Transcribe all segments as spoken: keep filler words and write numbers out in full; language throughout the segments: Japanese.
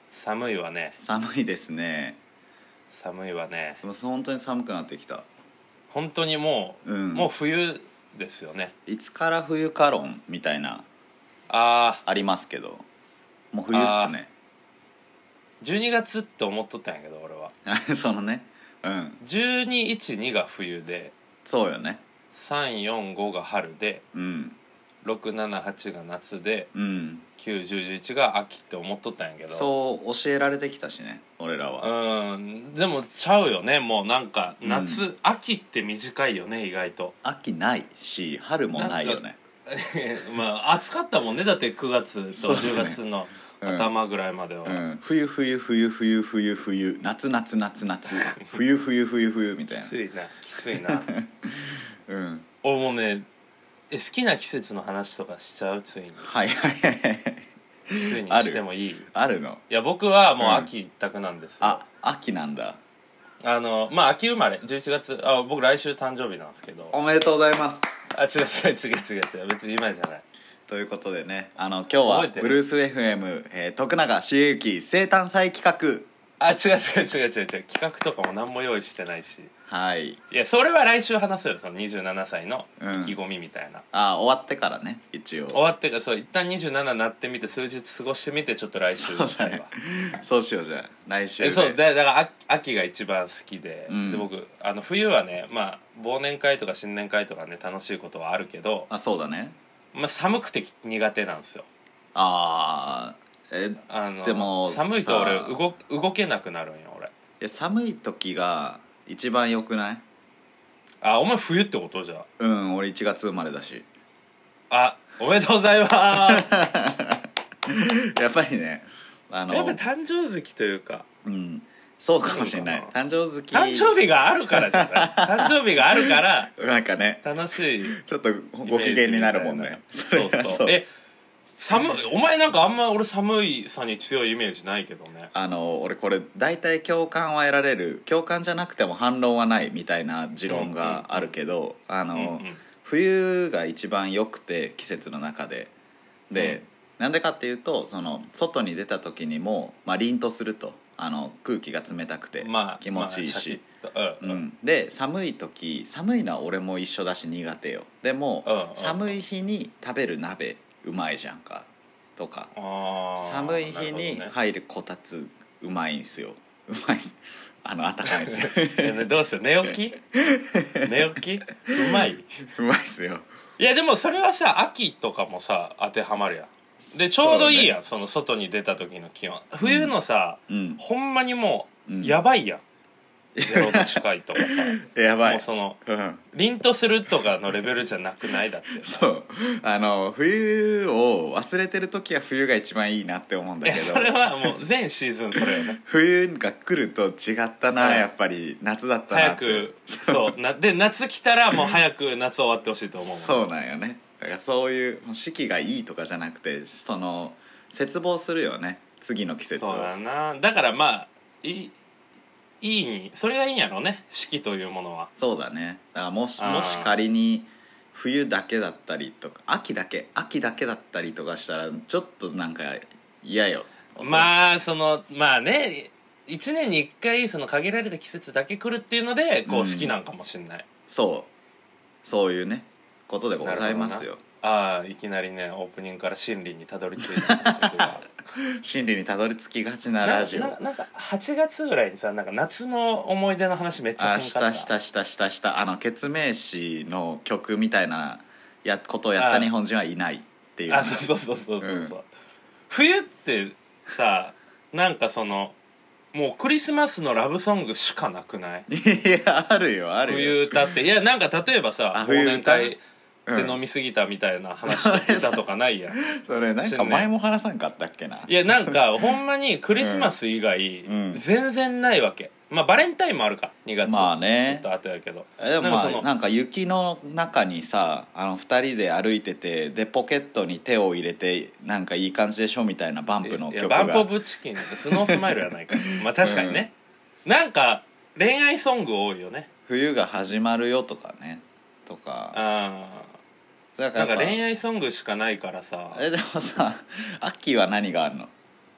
寒いわね。 寒いですね。 寒いわね。 でも本当に寒くなってきた。 本当にもう、うん、もう冬ですよね。 いつから冬か論みたいなあありますけど、もう冬っすね。 じゅうにがつって思っとったんやけど俺はそのね、うんじゅうに、いち、にが冬で、 そうよね。 さん、よん、ごが春で、 うんろく、なな、はちが夏で、 うん、 きゅう、じゅう、じゅういちが秋って思っとったんやけど、 そう教えられてきたしね俺らは。 うんでもちゃうよね。もうなんか夏、うん、秋って短いよね意外と。 秋ないし春もないよね。 まあ暑かったもんね。だってくがつとじゅうがつの頭ぐらいまでは、うんうん、 冬冬冬冬冬冬夏夏夏夏冬冬冬冬みたいな。 きついなきついなうん俺もうねえ好きな季節の話とかしちゃう。ついにはいはいはいついにしてもいい？ あるの？ いや僕はもう秋一択なんですよ、 うん、あ秋なんだ。 あのまあ秋生まれじゅういちがつ。あ僕来週誕生日なんですけど。 おめでとうございます。 あ違う違う違う違う違う別に今じゃない。 ということでね、あの今日はブルース エフエム、えー、徳永茂之生誕祭企画。 あ違う違う違う違う違う企画とかも何も用意してないし。 はい。 いやそれは来週話すよ。そのにじゅうななさいの意気込みみたいな、うん、 あ終わってからね。一応終わってからそう一旦にじゅうななになってみて数日過ごしてみてちょっと来週したいわ。 そうしよう。じゃあ来週えそうだだから秋が一番好きで、うん、で僕あの冬はねまあ忘年会とか新年会とかね楽しいことはあるけど、 あそうだね、 まあ、寒くて苦手なんですよ。 あえあのでも寒いと俺動動けなくなるんよ俺。 いや寒い時が一番良くない？ あお前冬ってことじゃ。 うん俺いちがつ生まれだし。 あおめでとうございますやっぱりねあのやっぱ誕生月というか、 うんそうかもしれない。誕生月誕生日があるからじゃない誕生日があるからなんかね楽しいちょっとご機嫌になるもんね。 そうそうえ寒いお前なんかあんま俺寒いさに強いイメージないけどね。 あの俺これ大体共感は得られる、共感じゃなくても反論はないみたいな持論があるけど、うんうん、あの、うんうん、冬が一番良くて季節の中でで、うん、なんでかっていうとその外に出た時にも、まあ、凛とするとあの空気が冷たくて気持ちいいし、まあうんうん、で寒い時寒いのは俺も一緒だし苦手よ。でも、うんうん、寒い日に食べる鍋うまいじゃんかとか、寒い日に入るこたつうまいんすよ。うまいっすあの温かいんすよどうして寝起き寝起きうまいうまいっすよ。 いやでもそれはさ秋とかもさ当てはまるやん。でちょうどいいやん そ,、ね、その外に出た時の気温。冬のさ、うん、ほんまにもうやばいやん、ゼロ度近いとかさやばい。 もうその、うん、凛とするとかのレベルじゃなくないだって。 そうあの冬を忘れてる時は冬が一番いいなって思うんだけど、 それはもう全シーズンそれよね冬が来ると違ったな、やっぱり夏だったなって。 早くそうなで夏来たらもう早く夏終わってほしいと思う。 そうなんよね。だからそういう四季がいいとかじゃなくてその切望するよね次の季節を。 そうだな。だからまあいいいいそれがいいんやろうね四季というものは。 そうだね。だからもしもし仮に冬だけだったりとか秋だけ秋だけだったりとかしたらちょっとなんか嫌よ。 まあそのまあねいちねんにいっかいその限られた季節だけ来るっていうのでこう好きなんかもしんない、うん、 そうそういうねことでございますよ。 ああいきなりねオープニングから真理にたどり着いた真理にたどり着きがちなラジオ。 な, な, なんかはちがつぐらいにさなんか夏の思い出の話めっちゃせんかった。 あしたしたしたしたしたあのケツメイシの曲みたいなやことをやった日本人はいないっていう。 あそうそうそうそうそう、うん、冬ってさなんかそのもうクリスマスのラブソングしかなくない？ いやあるよあるよ冬歌って。いやなんか例えばさ忘年会で飲みすぎたみたいな話歌とかないやん、うん、 それなんか前も話さんかったっけな。 いやなんかほんまにクリスマス以外、うん、全然ないわけ。まあバレンタインもあるかにがつまあねちょっと後やけどでもまあなんかなんか雪の中にさあのふたりで歩いててでポケットに手を入れてなんかいい感じでしょみたいなバンプの曲が。いやバンプオブチキンスノースマイルやないかまあ確かにね、うん、なんか恋愛ソング多いよね。 冬が始まるよとかねとか。 ああなんか恋愛ソングしかないからさ。 えでもさ秋は何があるの？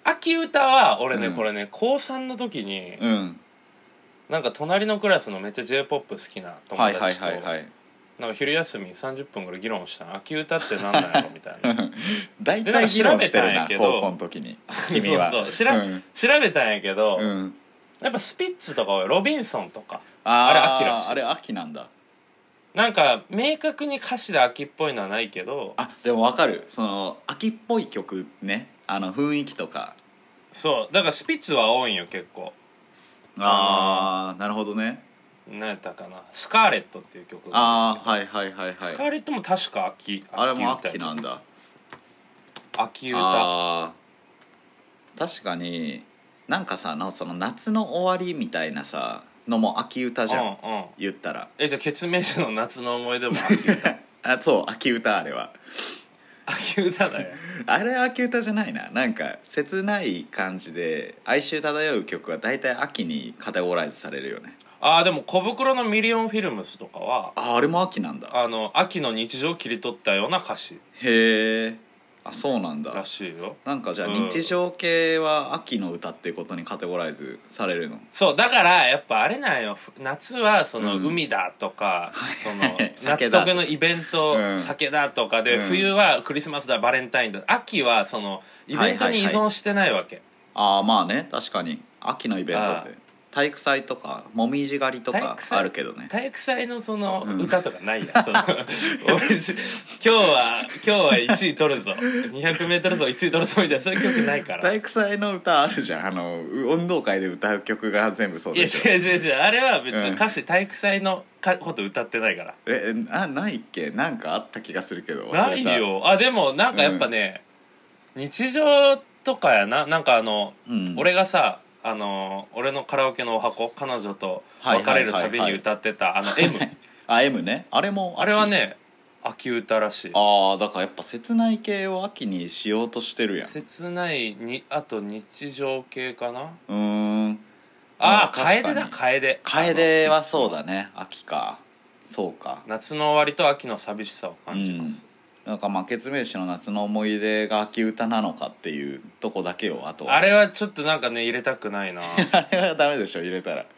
秋歌は俺ね、 うんこれね高さんの時に、 うん、 なんか隣のクラスのめっちゃ J-ポップ 好きな友はいはい達と、 はいはいなんか昼休みさんじゅっぷんぐらい議論したの。秋歌って何なんやろみたいな大でなんか体議論してる調べたんやなけど高校の時に君はそうそうしら、 うん調べたんやけど、 うん、 やっぱスピッツとかロビンソンとかああれ秋らしい。 あれ秋なんだ。 なんか明確に歌詞で秋っぽいのはないけど、 あでも分かる、その秋っぽい曲ね、あの雰囲気とか。 そうだからスピッツは多いんよ結構。 ああなるほどね。 何やったかな、スカーレットっていう曲がああはいはいはいはい。 スカーレットも確か秋、 あれも秋秋なんだ。 秋歌。 あ確かになんかさのその夏の終わりみたいなさのも秋歌じゃん、 うんうん、 言ったら。 えじゃあケツメイシの夏の思い出も秋歌あそう秋歌あれは秋歌だよあれ秋歌じゃないな。なんか切ない感じで哀愁漂う曲は大体秋にカテゴライズされるよね。 ああでも小袋のミリオンフィルムスとかはああれも秋なんだ。 あの秋の日常を切り取ったような歌詞へえ、あそうなんだ。 らしいよ。 なんかじゃあうん日常系は秋の歌っていうことにカテゴライズされるの。 そうだからやっぱあれなんよ、ふ夏はそのうん海だとか、その酒だ夏特のイベント、 うん酒だとかで、 うん冬はクリスマスだバレンタインだ、秋はそのイベントに依存してないわけ、 ああまあね確かに秋のイベントあって体育祭とかもみじ狩りとか体育祭あるけどね。 体育祭のそのうん歌とかないや、その俺じ今日は今日はいちい取るぞ にひゃくメートル 走いちい取るぞみたいなそういう曲ないから。 体育祭の歌あるじゃん、あの運動会で歌う曲が全部そういやでしょ。 違う違う違う、あれは別うんに歌詞体育祭のかこと歌ってないからえあないっけ、なんかあった気がするけど忘れた。 ないよ。あでもなんかやっぱね、日常とかやな、なんかあの、 うん俺がさあの俺のカラオケのお箱彼女と別れるたびに歌ってたあの M あ M ね、あれも秋あれはね秋歌らしい。 ああだからやっぱ切ない系を秋にしようとしてるやん。 切ないに、あと日常系かな。 うーんあああ確かに楓だ楓。 楓はそうだね、秋か。そうか。 夏の終わりと秋の寂しさを感じます、 なんかまあケツメイシの夏の思い出が秋歌なのかっていうとこだけをあとはあれはちょっとなんかね入れたくないなあれはダメでしょ入れたら。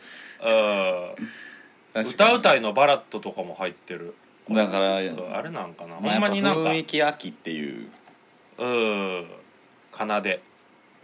うん歌うたいのバラットとかも入ってる。 だからちょっとあれなんかな、 まあほんまになんかやっぱ雰囲気秋っていううん奏でうん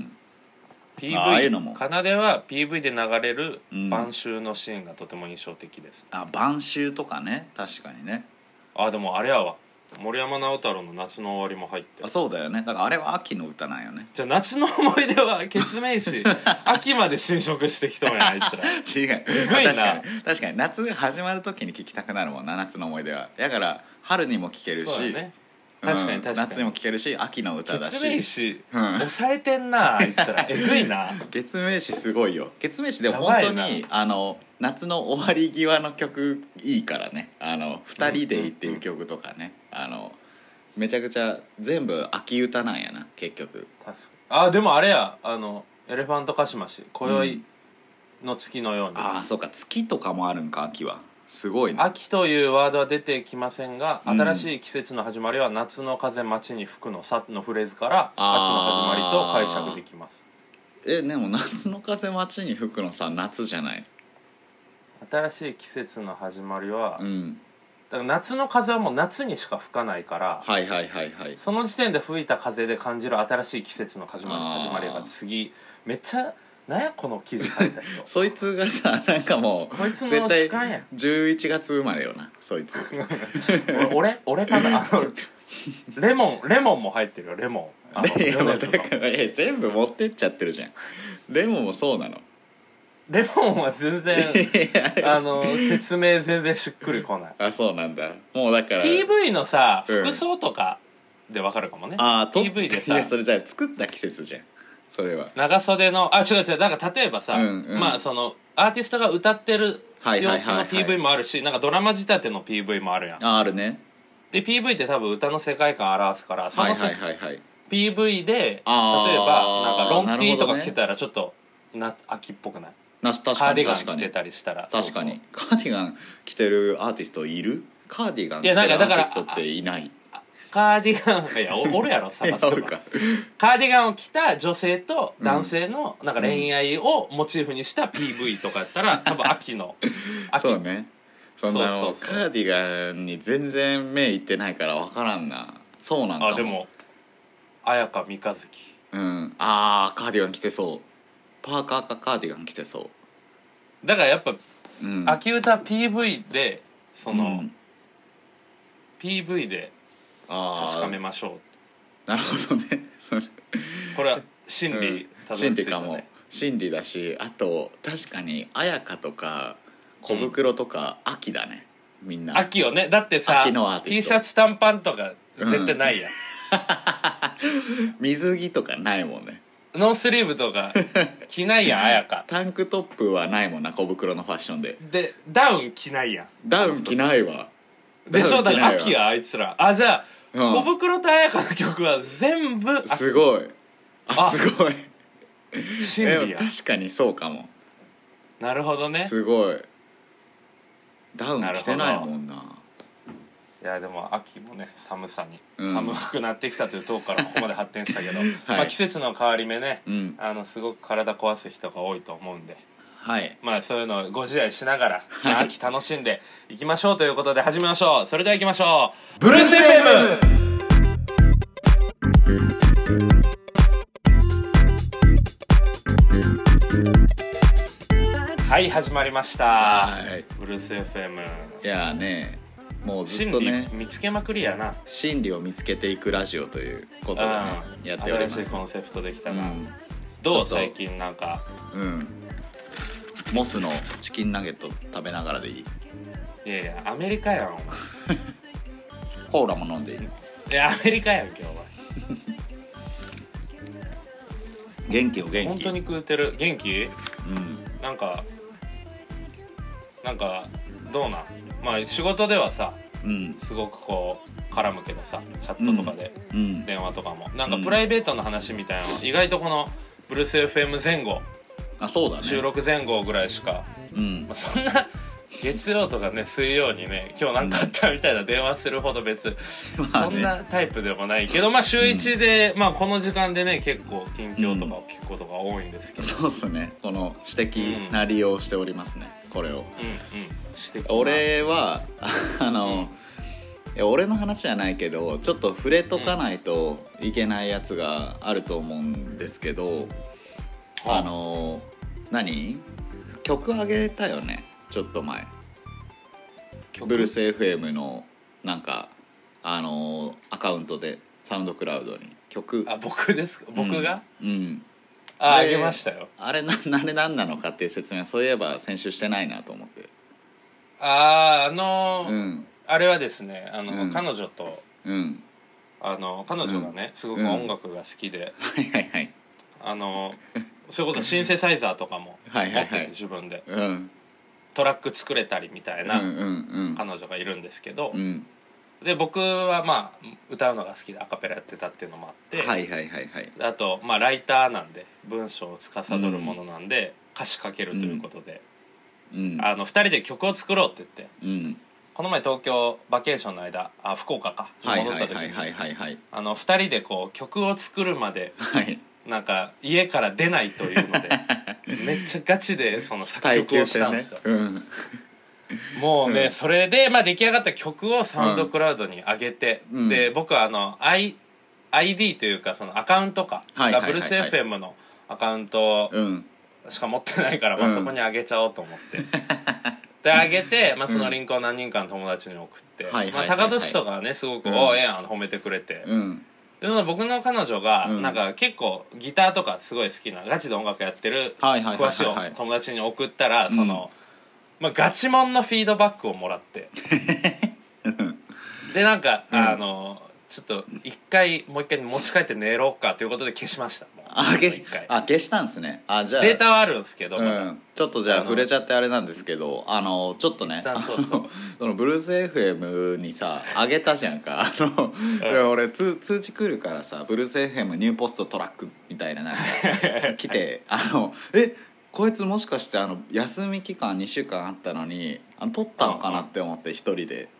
ピあああいうピーブイのも奏では ピーブイ で流れるうん晩秋のシーンがとても印象的です、 あ晩秋とかね確かにね。 あでもあれやわ、森山直太朗の夏の終わりも入ってある。 そうだよね、だからあれは秋の歌なんよね。 じゃあ夏の思い出はケツメイシ秋まで侵食してきとんやあいつら違うえぐいな確かに確かに夏が始まる時に聴きたくなるもんな、夏の思い出は。だから春にも聴けるし、 そうだね、確かに確かに、 うん夏にも聴けるし秋の歌だケツメイし。 シうん抑えてんなあいつらえぐいな。 月明詞すごいよ。月明詞でもやばいな本当にあの夏の終わり際の曲いいからね。あの二人でいいっていう曲とかね、あのめちゃくちゃ全部秋歌なんやな結局。 確かに。あでもあれや、あのエレファントカシマシ今宵の月のように、 ああそうか、月とかもあるんか秋は。すごいね。 秋というワードは出てきませんが、 うん新しい季節の始まりは夏の風街に吹くのさのフレーズから秋のあー始まりと解釈できます。 えでも夏の風街に吹くのさ夏じゃない。 新しい季節の始まりは、 うんだから夏の風はもう夏にしか吹かないから、 はいはいはいはい。 その時点で吹いた風で感じる新しい季節の始まりあー始まりが次めっちゃなんやこの記事書いた人そいつがさなんかもうこいつの絶主観やん対じゅういちがつ生まれよなそいつ。 俺俺かなあのレモンレモンも入ってるよレモンあのレモン米津のだからえ全部持ってっちゃってるじゃん。レモンもそうなの。 レモンは全然あの説明全然しっくりこない。 あそうなんだ。もうだからピーブイ のさうん服装とかでわかるかもね、 あーとピーブイ でさいやそれじゃあ作った季節じゃんそれは。 長袖のあ違う違うなんか例えばさ、 うんうんまあそのアーティストが歌ってるはいはいはいはい様子の ピーブイ もあるし、なんかドラマ仕立ての ピーブイ もあるやん。 ああるね。 で ピーブイ って多分歌の世界観を表すからそのせ、 はいはいはいはい。 ピーブイ で例えあーばなんかロン T となるほどねか着てたらちょっとな秋っぽくない？ な確カーディガンかに確かに着てたりしたら確かにそうカーディガン着てるアーティストいる？カーディガン着てるアいやなんかだからーティストっていない。 カーディガンいやおるやろ探せばカーディガンを着た女性と男性のなんか恋愛をモチーフにした ピーブイ とかやったら多分秋の秋そうねそんなのそうそうそうカーディガンに全然目いってないから分からんな。そうなんかも。 あでも綾香三日月うんあーカーディガン着てそう。パーカーかカーディガン着てそだからやっぱ、 う、うん、 秋歌 ピーブイ でその、うん、ピーブイ で確かめましょう。なるほどねそれこれは心理、 うん、心理かも。心理だしあと確かに綾香とか小袋とか、うん、秋だねみんな。 秋よねだってさ T シャツ短パンとか絶対ないやん、 うん、水着とかないもんね。 ノースリーブとか着ないやん綾香。 タンクトップはないもんな小袋のファッションで。 でダウン着ないやん。 ダウン着ないわでしょ。だから秋やあいつら。あじゃあ、うん、小袋と綾香の曲は全部秋。 すごいあすごい心理や。 確かにそうかも。 なるほどね。 すごいダウン着てないもんな。 いやでも秋もね寒さに、うん、寒くなってきたというとこからここまで発展したけど、はい、まあ、季節の変わり目ね、うん、あのすごく体壊す人が多いと思うんで、はい、まあそういうのをご自愛しながら、はい、まあ、秋楽しんでいきましょうということで始めましょう。それではいきましょう。ブルース エフエム。はい始まりました、はい、ブルース エフエム。 いやねもうずっとね心理見つけまくりやな。 心理を見つけていくラジオということを、ね、やっております。 新しいコンセプトできたな、うん、どう最近なんか、 うん、モスのチキンナゲット食べながらでいい？ いやいやアメリカやんお前コーラも飲んでいい？ いやアメリカやん今日は元気よ元気。 本当に食うてる。元気？ うんなんかなんかどうなん。まあ仕事ではさ、うん、すごくこう絡むけどさチャットとかで、うん、電話とかもなんかプライベートの話みたいなの、うん、意外とこのブルース エフエム 前後、 あそうだね、 収録前後ぐらいしか、うんまあ、そんな月曜とかね水曜にね今日なんかあったみたいな電話するほど別、まあね、そんなタイプでもないけど、まあ週いちで、うん、まあこの時間でね結構近況とかを聞くことが多いんですけど、 うん、そうっすね。この私的な利用をしておりますね、うん、これを、うんうん、私的な。俺はあの、うん、いや俺の話じゃないけどちょっと触れとかないといけないやつがあると思うんですけど、うん、あの何曲あげたよねちょっと前。ブルース エフエム のなんかあのアカウントでサウンドクラウドに曲。 あ僕ですか僕が、 うん、うん、 ああげましたよ。 あれなあれ何なのかっていう説明そういえば先週してないなと思って。 あああのーうん、あれはですねあの、 うん、 彼女と、 うん、 あの彼女がね、うん、すごく音楽が好きで、 うん、はいはいはいあのそれこそシンセサイザーとかも持ってて自分で、 うん、 トラック作れたりみたいな彼女がいるんですけど、うん、で僕はまあ歌うのが好きでアカペラやってたっていうのもあって、 はいはいはいはい、 あとまあライターなんで文章を司るものなんで、うん、歌詞書けるということで、うん、あのふたりで曲を作ろうって言って、うん、この前東京バケーションの間あ福岡か戻った時にふたりでこう曲を作るまで、はいなんか家から出ないというのでめっちゃガチでその作曲をしたんですよ、ねうん、もうね、うん、それで、まあ、出来上がった曲をサウンドクラウドに上げて、うん、で僕はあの I アイディー というかそのアカウントかがブルース エフエム のアカウントしか持ってないから、うんまあ、そこに上げちゃおうと思って、うん、で上げて、まあ、そのリンクを何人かの友達に送って、うんまあ、高俊とかはねすごく「うん、おええやん」褒めてくれて、うんで僕の彼女がなんか結構ギターとかすごい好きなガチで音楽やってる詳しい友達に送ったらその、まあ、ガチモンのフィードバックをもらってでなんか、うん、あのちょっと一回もう一回持ち帰って寝ろうかということで消しました。もうあ消しあ消したんですね。あじゃあデータはあるんですけど、 うん、ちょっとじゃあ触れちゃってあれなんですけどあのちょっとねそうそうそのブルース エフエム にさあげたじゃんかあの、うん、俺通通知来るからさブルース エフエム ニューポストトラックみたいななんか来てあのえこいつもしかしてあの休み期間にしゅうかんあったのにあの撮ったのかなって思って一人で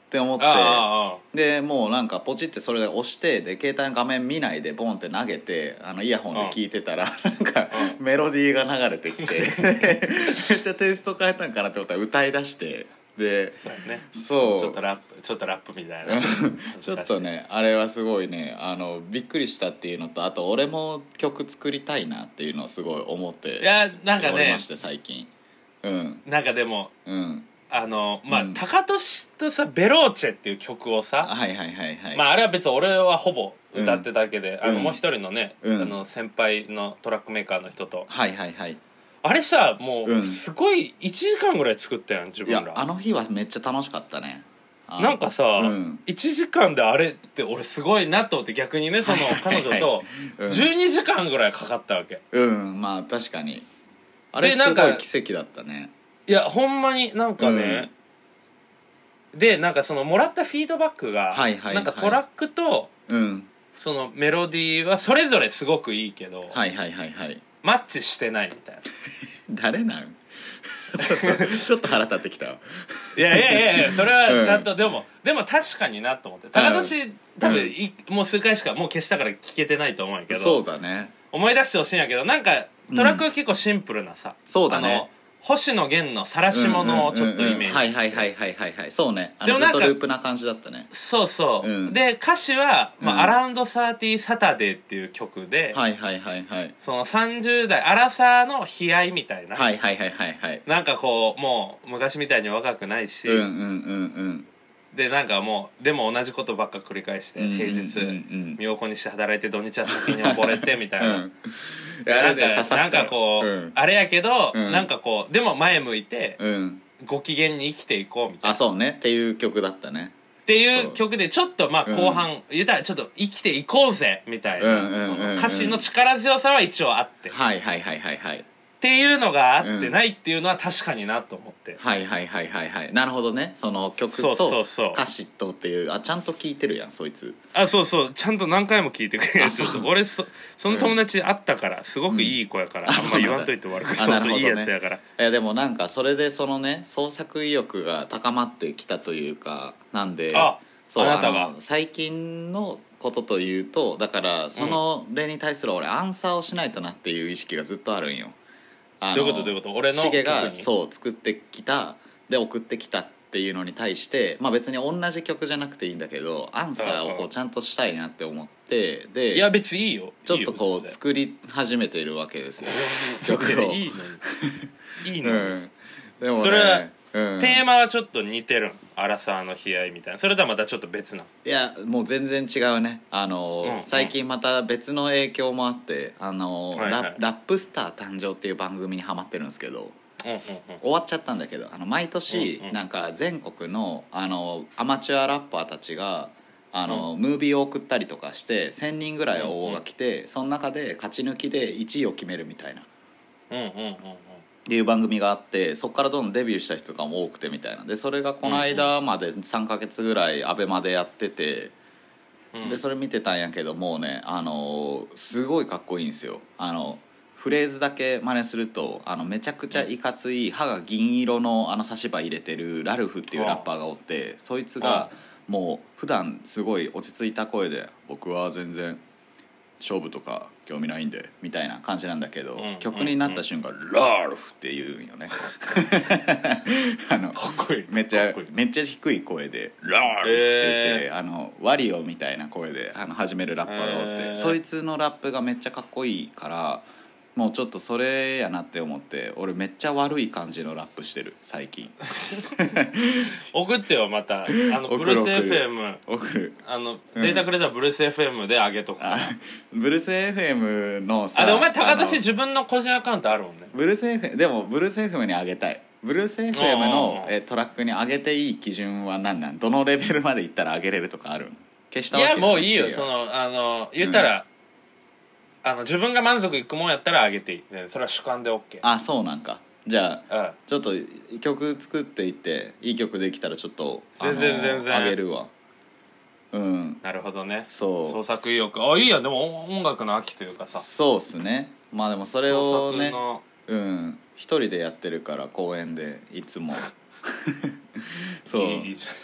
って思って、 ああああでもうなんかポチってそれで押してで携帯の画面見ないでボンって投げてあのイヤホンで聞いてたら、うん、なんか、うん、メロディーが流れてきてめっちゃテイスト変えたんかなって思ったら歌い出してでそうやねそうちょっとラップちょっとラップみたいなちょっとねあれはすごいねあのびっくりしたっていうのとあと俺も曲作りたいなっていうのをすごい思っていやなんかねおりまして最近うんなんかでもうんあのまあ、うん、 うん、 タカトシとさ「ベローチェ」っていう曲をさはいはいはいはいまああれは別に俺はほぼ歌ってただけで、うん、あのもう一人のね、 うん、 あの先輩のトラックメーカーの人とはいはいはいあれさもうすごいいちじかんぐらい作ったやん自分ら。 いやあの日はめっちゃ楽しかったね。 なんかさ、うん、いちじかんであれって俺すごいなと思って逆にねその彼女とじゅうにじかんぐらいかかったわけ。 うんまあ確かにあれすごい奇跡だったね。 いやほんまになんかね、うん、でなんかそのもらったフィードバックが、はいはいはい、なんかトラックと、うん、そのメロディーはそれぞれすごくいいけど、 はいはいはいはい、 マッチしてないみたいな誰なんちょっとちょっと腹立ってきた。いやいやいやいやそれはちゃんと、うん、でもでも確かになと思って高年多分い、うん、もう数回しかもう消したから聞けてないと思うんやけどそうだね思い出してほしいんやけどなんかトラックは結構シンプルなさ、 うん、そうだね星野源の晒し物をちょっとイメージしてはいはいはいはいはいそうねあのずっとループな感じだったねそうそう、うん、で歌詞は、まあうん、 アラウンドサーティーサタデーっていう曲ではいはいはいはいそのさんじゅう代アラサーの悲哀みたいなはいはいはいはいはいなんかこうもう昔みたいに若くないし、 うんうんうんうんでなんかもうでも同じことばっか繰り返して、うんうんうんうん、平日身を粉にして働いて土日は酒に溺れてみたいな、うん、なんかなんかこう、うん、あれやけど、うん、なんかこうでも前向いて、うん、ご機嫌に生きていこうみたいなあそうねっていう曲だったねっていう曲でちょっとまあ後半、うん、言うたらちょっと生きていこうぜみたいな、うんうんうんうん、その歌詞の力強さは一応あってはいはいはいはいはいっていうのがあってないっていうのは確かになと思って、 うん、はいはいはいはいはいなるほどねその曲と歌詞とっていうあちゃんと聞いてるやんそいつあそうそうちゃんと何回も聞いてくれる俺 そ, その友達あったからすごくいい子やから、うん、あんま言わんといて悪くそうそう、ね、いいやつやからいやでもなんかそれでそのね創作意欲が高まってきたというかなんであそうあなたが最近のことというとだからその例に対する俺アンサーをしないとなっていう意識がずっとあるんよどういうことどういうこと俺のシゲがそう作ってきたで送ってきたっていうのに対してまあ別に同じ曲じゃなくていいんだけどアンサーをこうちゃんとしたいなって思ってでいや別にいいよちょっとこう作り始めているわけですよ曲をいいのにいいのに、うん、 でもねそれはうん、テーマはちょっと似てるんアラサーの悲哀みたいなそれとはまたちょっと別ないやもう全然違うねあの、うん、最近また別の影響もあってあの、はいはい、ラ, ラップスター誕生っていう番組にハマってるんですけど、うんうんうん、終わっちゃったんだけどあの毎年、うんうん、なんか全国の、あのアマチュアラッパーたちがあの、うん、ムービーを送ったりとかしてせんにんぐらい応募が来て、うんうん、その中で勝ち抜きでいちいを決めるみたいな、うんうんうんうんっていう番組があってそこからどんどんデビューした人とかも多くてみたいなでそれがこの間までさんかげつぐらいアベマでやってて、うん、でそれ見てたんやけどもうねあのすごいかっこいいんですよあのフレーズだけ真似するとあのめちゃくちゃいかつい歯が銀色のあの差し歯入れてるラルフっていうラッパーがおってそいつがもう普段すごい落ち着いた声で僕は全然勝負とか興味ないんでみたいな感じなんだけど、うん、曲になった瞬間、うん、ラルフって言うんよねあのかっこいいめっちゃめっちゃ低い声でラルフって言って、えー、あのワリオみたいな声であの始めるラッパーがおって、えー、そいつのラップがめっちゃかっこいいからもうちょっとそれやなって思って俺めっちゃ悪い感じのラップしてる最近送ってよまたあのブルース エフエム送るあのデータくれたらブルース エフエム で上げとくから、 うん、ブルース エフエム のさあでお前高田氏自分の個人アカウントあるもんねブルース エフエム でもブルース エフエム に上げたいブルース エフエム のえトラックに上げていい基準は何なんどのレベルまでいったら上げれるとかある消したわけいやもういいよそのあの言ったら、うんあの自分が満足いくもんやったら上げていいそれは主観で OK あそうなんかじゃあ、 うん、 ちょっと曲作っていっていい曲できたらちょっと全然全然上げるわうんなるほどねそう創作意欲あいいやでも音楽の秋というかさそうっすねまあでもそれをねうん一人でやってるから公園でいつもそういい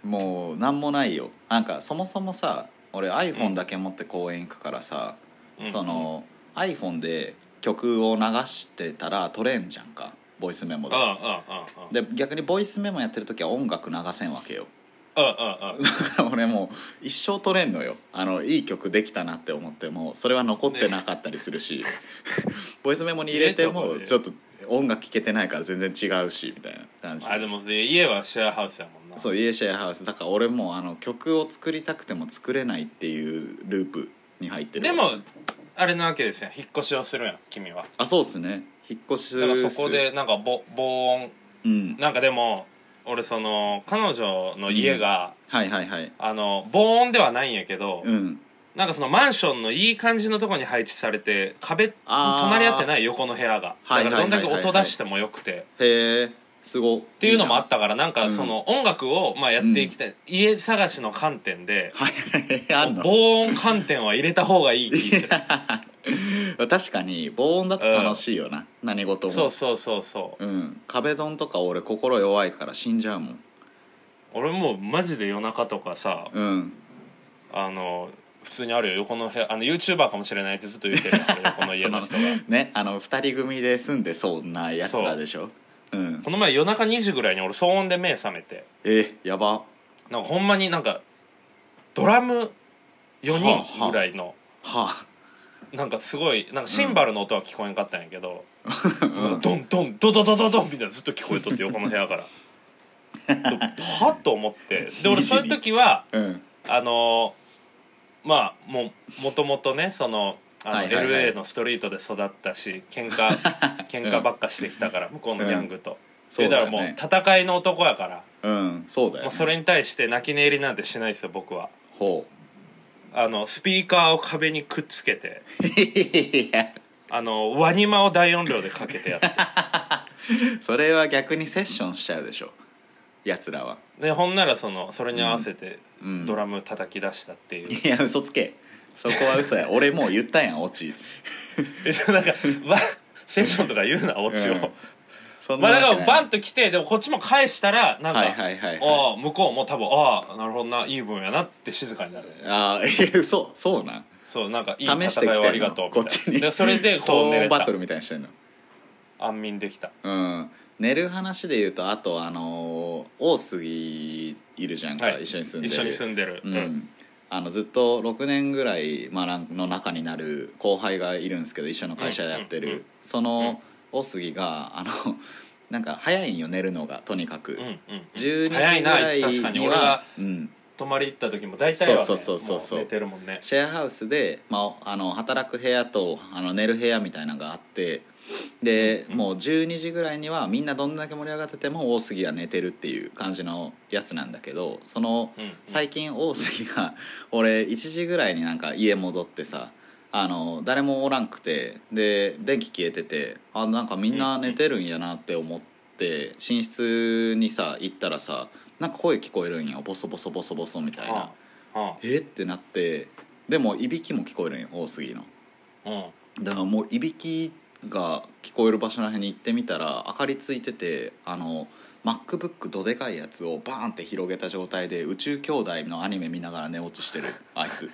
もうなんもないよ。なんかそもそもさ俺 iPhone だけ持って公園行くからさ、うん、その iPhone で曲を流してたら撮れんじゃんかボイスメモで。で逆にボイスメモやってる時は音楽流せんわけよ。だから俺もう一生撮れんのよ。あのいい曲できたなって思ってもそれは残ってなかったりするし、ね、ボイスメモに入れてもちょっと音楽聴けてないから全然違うしみたいな感じ。 あでも家はシェアハウスやもんな。 そう家シェアハウスだから俺もあの曲を作りたくても作れないっていうループに入ってる。 でもあれなわけですよ、引っ越しをするやん君は。 あそうっすね、引っ越しする。だからそこでなんか防音、うん、なんかでも俺その彼女の家が、 うん、はいはいはい、 あの防音ではないんやけど、 うん、 なんかそのマンションのいい感じのところに配置されて壁隣り合ってない横の部屋が、だからどんだけ音出してもよくて、 へえすごっていうのもあったから、なんかその音楽をまあやっていきたい、うん、家探しの観点で、はい、防音観点は入れた方がいい気する確かに防音だと楽しいよな、うん、何事も。 そうそうそうそう、 うん、壁ドンとか俺心弱いから死んじゃうもん。 俺もうマジで夜中とかさ、 うん、 あの普通にあるよ横の部屋、あの YouTuber かもしれないってずっと言ってる横の家の人がね、あのふたり組で住んでそうなやつらでしょ。うん、 この前夜中にじぐらいに俺騒音で目覚めて、 えやば、 なんかほんまになんかドラムよにんぐらいの、 はあはあ、なんかすごいなんかシンバルの音は聞こえんかったんやけど、うん、なんかドンドンドドドドドンみたいなずっと聞こえとって横の部屋からはっと思って、で俺そういう時は、うん、あのまあもうもともとねそのあの エルエー のストリートで育ったし喧嘩喧嘩ばっかしてきたから、向こうのギャングと、うんそうだよね、だからもう戦いの男やから、 うんそうだよね、 もうそれに対して泣き寝入りなんてしないですよ僕は。 ほうあのスピーカーを壁にくっつけてあのワニマを大音量でかけてやってそれは逆にセッションしちゃうでしょやつらは。 でほんならそのそれに合わせてドラム叩き出したっていう、うんうん、いや嘘つけ、そこは嘘や俺もう言ったやんオチなんかセッションとか言うなオチを、うん、まあだからバンと来てでもこっちも返したらなんか、はいはいはいはい、ああ向こうも多分ああなるほどないい分やなって静かになる。 ああいや嘘そうなんそうなんかいい戦いをありがとうみたいな、こっちにでそれでこう寝れた、 バトルみたいにしてんの。 安眠できた。 うん寝る話で言うとあとあの大杉いるじゃんか、はい、一緒に住んでる一緒に住んでる、 うんうん、あのずっとろくねんぐらい、まあ、の中になる後輩がいるんですけど一緒の会社でやってる、うんうんうん、その大杉があのなんか早いんよ寝るのがとにかく、うんうん、じゅうにじぐらいには早いな。 確かに俺が泊まり行った時も大体は、ね、そうそうそうそう寝てるもんね。 シェアハウスで、まあ、あの働く部屋とあの寝る部屋みたいなのがあってで、うんうん、もうじゅうにじぐらいにはみんなどんだけ盛り上がってても大杉は寝てるっていう感じのやつなんだけど、その、うんうん、最近大杉が俺いちじぐらいになんか家戻ってさあの誰もおらんくてで電気消えててあなんかみんな寝てるんやなって思って寝室にさ行ったらさなんか声聞こえるんよボソボソボソボソみたいな、はあはあ、えってなってでもいびきも聞こえるんよ大杉の、うん、だからもういびきが聞こえる場所らへんに行ってみたら明かりついててあの MacBook どでかいやつをバーンって広げた状態で宇宙兄弟のアニメ見ながら寝落ちしてるあいつ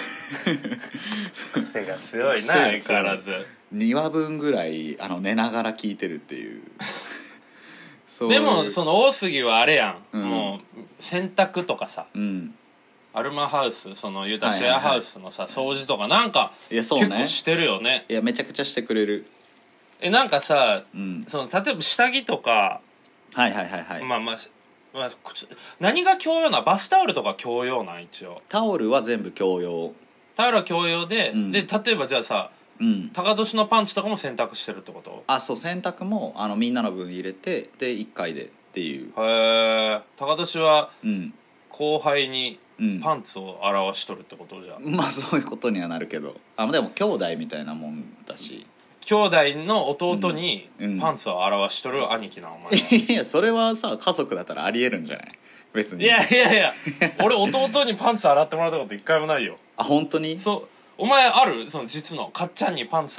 癖が強いな相変わらずにわぶんぐらいあの寝ながら聞いてるっていうそうでもその大杉はあれやん、うん、もう洗濯とかさ、うん、アルマハウスその言うたらシェアハウスのさ、はいはいはい、掃除とかなんか結構してるよね。 いやめちゃくちゃしてくれる。 えなんかさ、うん、その例えば下着とかはいはいはいはいまあまあ、まあ、何が共用なバスタオルとか共用なん一応タオルは全部共用タオルは共用で、うん、で例えばじゃあさうん、高年のパンツとかも洗濯してるってこと？ あそう洗濯もあのみんなの分入れてでいっかいでっていう。 へえ高年は後輩にパンツを洗わしとるってことじゃ、 うん、まあそういうことにはなるけどあでも兄弟みたいなもんだし兄弟の弟にパンツを洗わしとる兄貴なお前は、うんうん、いやそれはさ家族だったらありえるんじゃない別に。 いやいやいや俺弟にパンツ洗ってもらったこと一回もないよ。 あ本当に？ そうお前あるその実のかっちゃんにパンツ洗って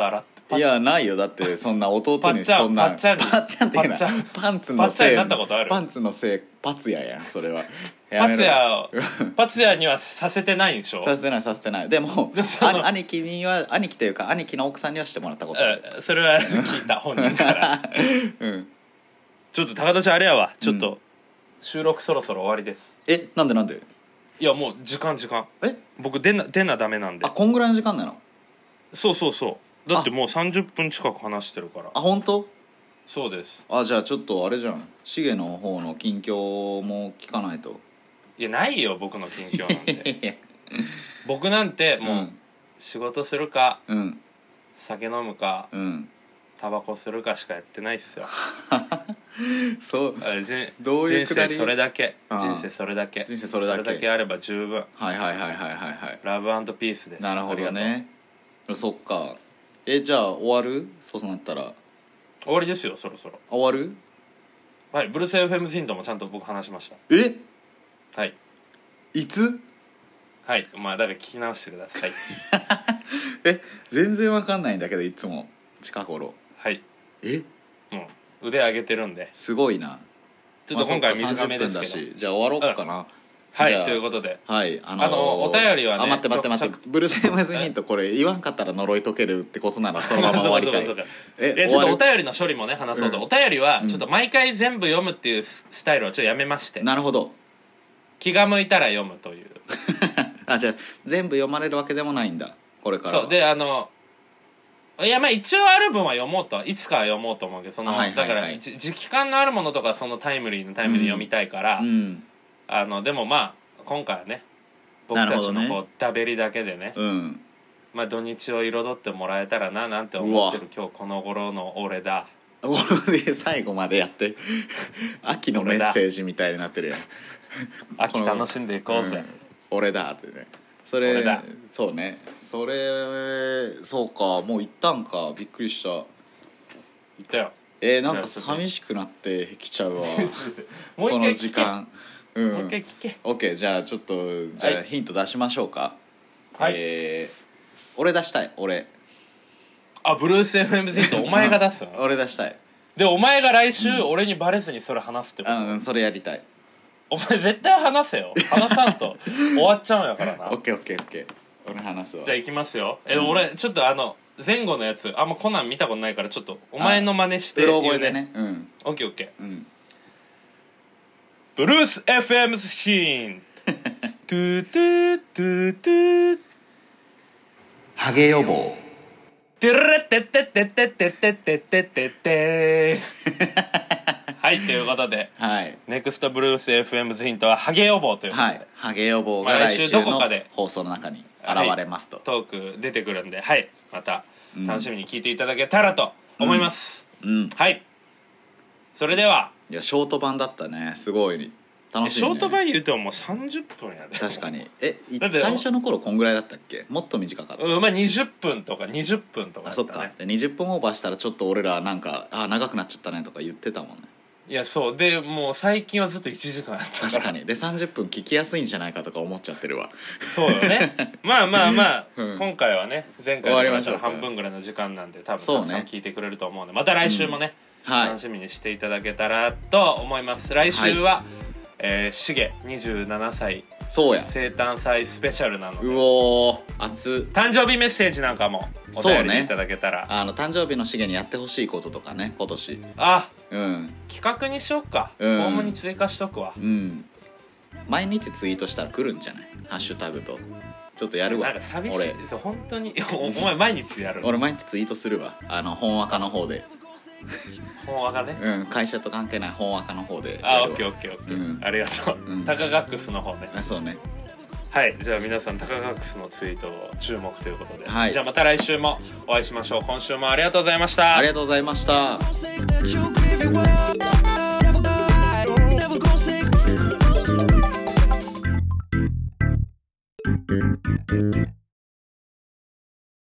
いやないよ。だってそんな弟にそんなパッチャンパッチャンっていうなパンツのパッチャンせいになったことある？ パンツのせいパツヤやんそれは。 パツヤパツヤにはさせてないんでしょ？ させてないさせてない。でもあ兄貴には兄貴というか兄貴の奥さんにはしてもらったことある。 それは聞いた本人から、うん、ちょっと高田ちゃんあれやわちょっと、うん、収録そろそろ終わりです。 えなんでなんで？ いやもう時間時間え僕出な出なダメなんで。 あこんぐらいの時間なの？ そうそうそうだってもうさんじゅっぷん近く話してるから。 あ本当？ そうです。 あじゃあちょっとあれじゃんシゲの方の近況も聞かないと。 いやないよ僕の近況なんて僕なんてもう仕事するか、うん、酒飲むか、うん、タバコするかしかやってないっすよそうじどういう人生それだけ人生それだけ人生それだけそれだけあれば十分。 はいはいはいはいはいはいラブ&ピースです。 なるほどね。そっか。えじゃあ終わる？そうなったら終わりですよそろそろ。 終わる？ はいブルース エフエム ヒントもちゃんと僕話しました。 えはいいつ？ はいまあだから聞き直してくださいえ全然わかんないんだけどいつも近頃。 はいえもう腕上げてるんですごいな。 ちょっと今回短めですけど、まあ、 じゃあ終わろうかな、うん、 はいということではいあのー、あのお便りはねあ待って待って待ってブルース エムエス ヒントこれ言わんかったら呪い解けるってことならそのまま終わりたいえいやちょっとお便りの処理もね話そうと、うん、お便りはちょっと毎回全部読むっていうスタイルをちょっとやめまして、 なるほど気が向いたら読むというあじゃあ全部読まれるわけでもないんだこれからは。 そうであのいやまあ一応ある分は読もうといつかは読もうと思うけどその、はいはいはい、だから時期感のあるものとかそのタイムリーのタイムリー読みたいから、うんうん、あのでもまあ今回はね僕たちのこう、ね、ダベリだけでね、うん、まあ土日を彩ってもらえたらななんて思ってる今日この頃の俺だ。 俺で最後までやって秋のメッセージみたいになってるやん秋楽しんでいこうぜ、うん、 俺だってねそれそうねそれそうかもう行ったんかびっくりした。 行ったよ。 えー、なんか寂しくなってきちゃうわもうこの時間、 うん、もう一回聞け。 OK じゃあちょっとじゃあヒント出しましょうか。はい、えー、俺出したい俺あブルース エフエム ヒントお前が出すの俺出したいでお前が来週、うん、俺にバレずにそれ話すってこと。 うん、うん、それやりたい。 お前絶対話せよ話さんと終わっちゃうんやからな。 オッケーオッケーオッケー俺話すわ。 じゃあ行きますよ。え、うん、俺ちょっとあの前後のやつあんまコナン見たことないからちょっとお前の真似してうろ覚えでね。うん。 オッケーオッケー。うん。ブルース エフエム ヒントトゥトゥトゥトゥハゲ予防テレテテテテテテテテテテはいということで、はい、ネクストブルース エフエム ヒントはハゲ予防ということで、はい、 ハゲ予防が来週の放送の中に現れますと、 はい、トーク出てくるんで、はい、また楽しみに聞いていただけたらと思います、うんうん、はいそれではいやショート版だったねすごい楽しい、ね、 ショート版言うてももうさんじゅっぷんやで。 確かにえ最初の頃こんぐらいだったっけもっと短かった。 うんまあにじゅっぷんとかにじゅっぷんとかだったね。 あそっかにじゅっぷんオーバーしたらちょっと俺らなんかあ長くなっちゃったねとか言ってたもんね。 いやそうでもう最近はずっといちじかんやったから確かにでさんじゅっぷん聞きやすいんじゃないかとか思っちゃってるわ。 そうよねまあまあまあ、うん、今回はね前回の半分ぐらいの時間なんで多分たくさん聞いてくれると思うんでまた来週もね、うんはい、楽しみにしていただけたらと思います。来週は、はいえー、シゲにじゅうななさいそうや生誕祭スペシャルなのでうお熱誕生日メッセージなんかもお便りいただけたら、ね、 あの誕生日のシゲにやってほしいこととかね今年あ、うん、企画にしよっか、うん、フォームに追加しとくわ、うん、 毎日ツイートしたら来るんじゃないハッシュタグとちょっとやるわ。 なんか寂しい俺そう本当にお前毎日やる俺毎日ツイートするわあの本赤の方で本赤ね、 うん、会社と関係ない本赤の方であオッケーオッケーオッケーありがとう、うん、タカガックスの方ねあそうねはいじゃあ皆さんタカガックスのツイートを注目ということで、はい、じゃあまた来週もお会いしましょう。今週もありがとうございました。 ありがとうございました。